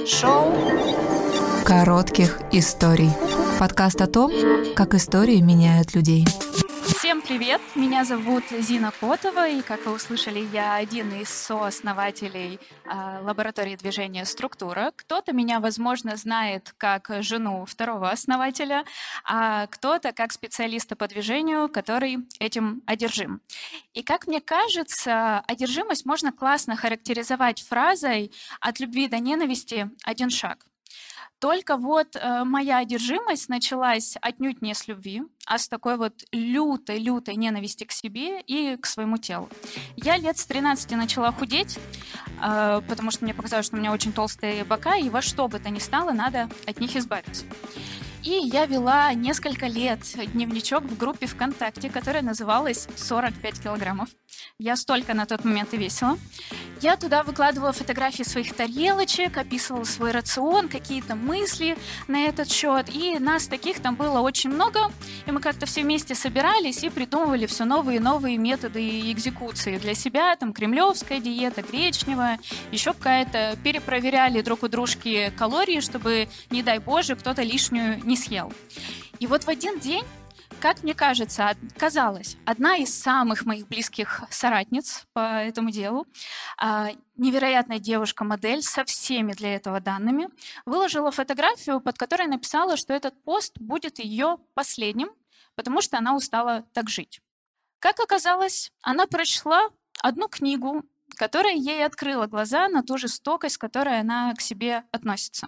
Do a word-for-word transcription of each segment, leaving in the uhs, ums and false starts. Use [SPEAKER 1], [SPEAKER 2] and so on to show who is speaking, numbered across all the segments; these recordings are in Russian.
[SPEAKER 1] Шоу
[SPEAKER 2] коротких историй. Подкаст о том, как истории меняют людей.
[SPEAKER 1] Всем привет! Меня зовут Зина Котова, и, как вы услышали, я один из сооснователей э, лаборатории движения «Структура». Кто-то меня, возможно, знает как жену второго основателя, а кто-то как специалиста по движению, который этим одержим. И, как мне кажется, одержимость можно классно характеризовать фразой «от любви до ненависти один шаг». Только вот э, моя одержимость началась отнюдь не с любви, а с такой вот лютой-лютой ненависти к себе и к своему телу. Я лет с тринадцати начала худеть, э, потому что мне показалось, что у меня очень толстые бока, и во что бы то ни стало, надо от них избавиться. И я вела несколько лет дневничок в группе ВКонтакте, которая называлась «сорок пять килограммов». Я столько на тот момент и весила. Я туда выкладывала фотографии своих тарелочек, описывала свой рацион, какие-то мысли на этот счет. И нас таких там было очень много. И мы как-то все вместе собирались и придумывали все новые и новые методы экзекуции для себя. Там кремлевская диета, гречневая, еще какая-то. Перепроверяли друг у дружки калории, чтобы, не дай боже, кто-то лишнюю не съел. И вот в один день, как мне кажется, казалось, одна из самых моих близких соратниц по этому делу, невероятная девушка-модель со всеми для этого данными, выложила фотографию, под которой написала, что этот пост будет ее последним, потому что она устала так жить. Как оказалось, она прочла одну книгу, которая ей открыла глаза на ту жестокость, с которой она к себе относится.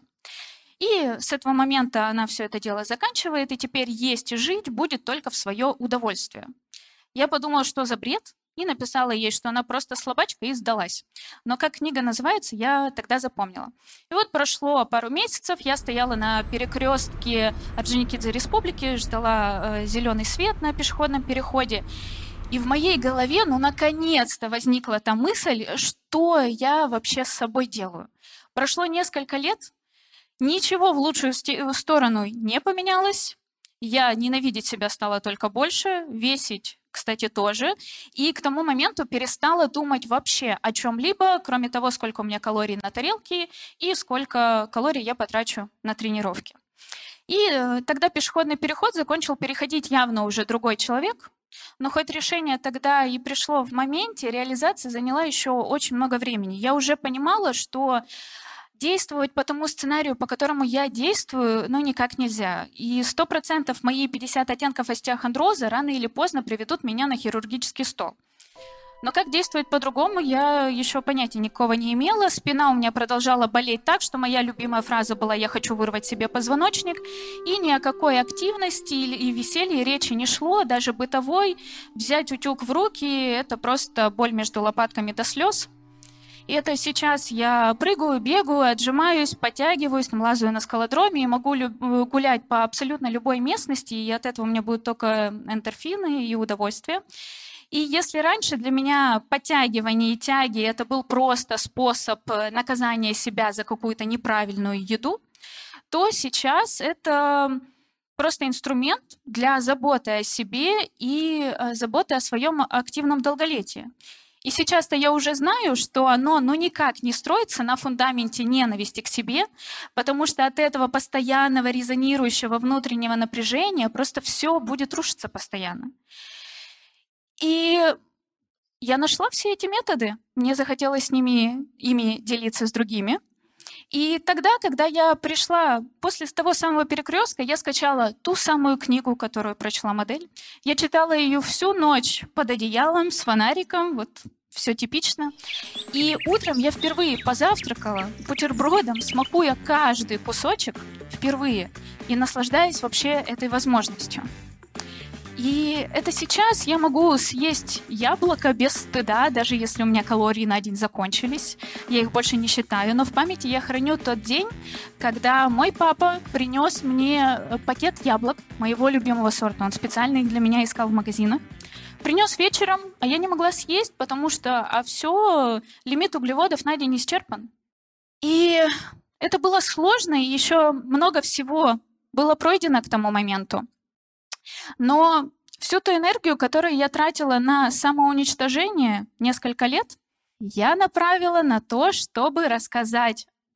[SPEAKER 1] И с этого момента она все это дело заканчивает, и теперь есть и жить будет только в свое удовольствие. Я подумала, что за бред, и написала ей, что она просто слабачка, и сдалась. Но как книга называется, я тогда запомнила. И вот прошло пару месяцев, я стояла на перекрестке Орджоникидзе Республики, ждала э, зеленый свет на пешеходном переходе, и в моей голове, ну, наконец-то возникла та мысль, что я вообще с собой делаю. Прошло несколько лет, ничего в лучшую сторону не поменялось. Я ненавидеть себя стала только больше, весить, кстати, тоже. И к тому моменту перестала думать вообще о чем-либо, кроме того, сколько у меня калорий на тарелке и сколько калорий я потрачу на тренировки. И тогда пешеходный переход закончил переходить явно уже другой человек. Но хоть решение тогда и пришло в моменте, реализация заняла еще очень много времени. Я уже понимала, что действовать по тому сценарию, по которому я действую, ну, никак нельзя. И сто процентов мои пятьдесят оттенков остеохондроза рано или поздно приведут меня на хирургический стол. Но как действовать по-другому, я еще понятия никакого не имела. Спина у меня продолжала болеть так, что моя любимая фраза была «я хочу вырвать себе позвоночник». И ни о какой активности и веселье речи не шло, даже бытовой. Взять утюг в руки – это просто боль между лопатками до слез. И это сейчас я прыгаю, бегаю, отжимаюсь, подтягиваюсь, там, лазаю на скалодроме и могу лю- гулять по абсолютно любой местности, и от этого у меня будут только эндорфины и удовольствие. И если раньше для меня подтягивание и тяги – это был просто способ наказания себя за какую-то неправильную еду, то сейчас это просто инструмент для заботы о себе и заботы о своем активном долголетии. И сейчас-то я уже знаю, что оно ну, никак не строится на фундаменте ненависти к себе, потому что от этого постоянного резонирующего внутреннего напряжения просто все будет рушиться постоянно. И я нашла все эти методы, мне захотелось с ними, ими делиться с другими. И тогда, когда я пришла после того самого перекрестка, я скачала ту самую книгу, которую прочла модель. Я читала ее всю ночь под одеялом, с фонариком, вот все типично. И утром я впервые позавтракала бутербродом, смакуя каждый кусочек впервые и наслаждаясь вообще этой возможностью. И это сейчас я могу съесть яблоко без стыда, даже если у меня калории на день закончились. Я их больше не считаю, но в памяти я храню тот день, когда мой папа принес мне пакет яблок моего любимого сорта. Он специально их для меня искал в магазинах. Принес вечером, а я не могла съесть, потому что а все, лимит углеводов на день исчерпан. И это было сложно, и еще много всего было пройдено к тому моменту. Но всю ту энергию, которую я тратила на самоуничтожение несколько лет, я направила на то, чтобы рассказать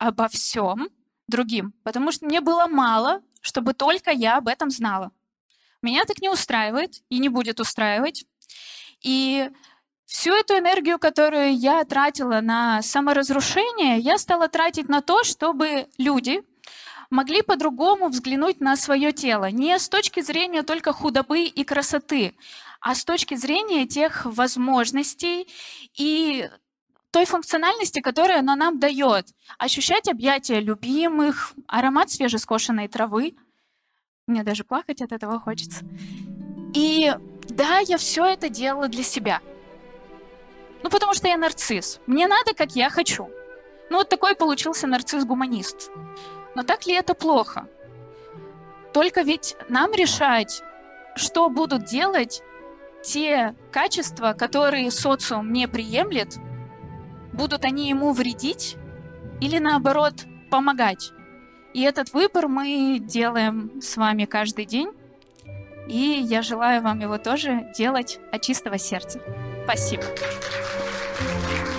[SPEAKER 1] обо всем другим, потому что мне было мало, чтобы только я об этом знала. Меня так не устраивает и не будет устраивать. И всю эту энергию, которую я тратила на саморазрушение, я стала тратить на то, чтобы люди могли по-другому взглянуть на свое тело. Не с точки зрения только худобы и красоты, а с точки зрения тех возможностей и той функциональности, которую оно нам дает. Ощущать объятия любимых, аромат свежескошенной травы. Мне даже плакать от этого хочется. И да, я все это делала для себя. Ну, потому что я нарцисс. Мне надо, как я хочу. Ну, вот такой получился нарцисс-гуманист. Но так ли это плохо? Только ведь нам решать, что будут делать те качества, которые социум не приемлет, будут они ему вредить или, наоборот, помогать. И этот выбор мы делаем с вами каждый день. И я желаю вам его тоже делать от чистого сердца. Спасибо.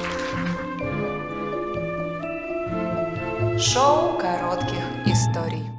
[SPEAKER 2] Шоу коротких историй.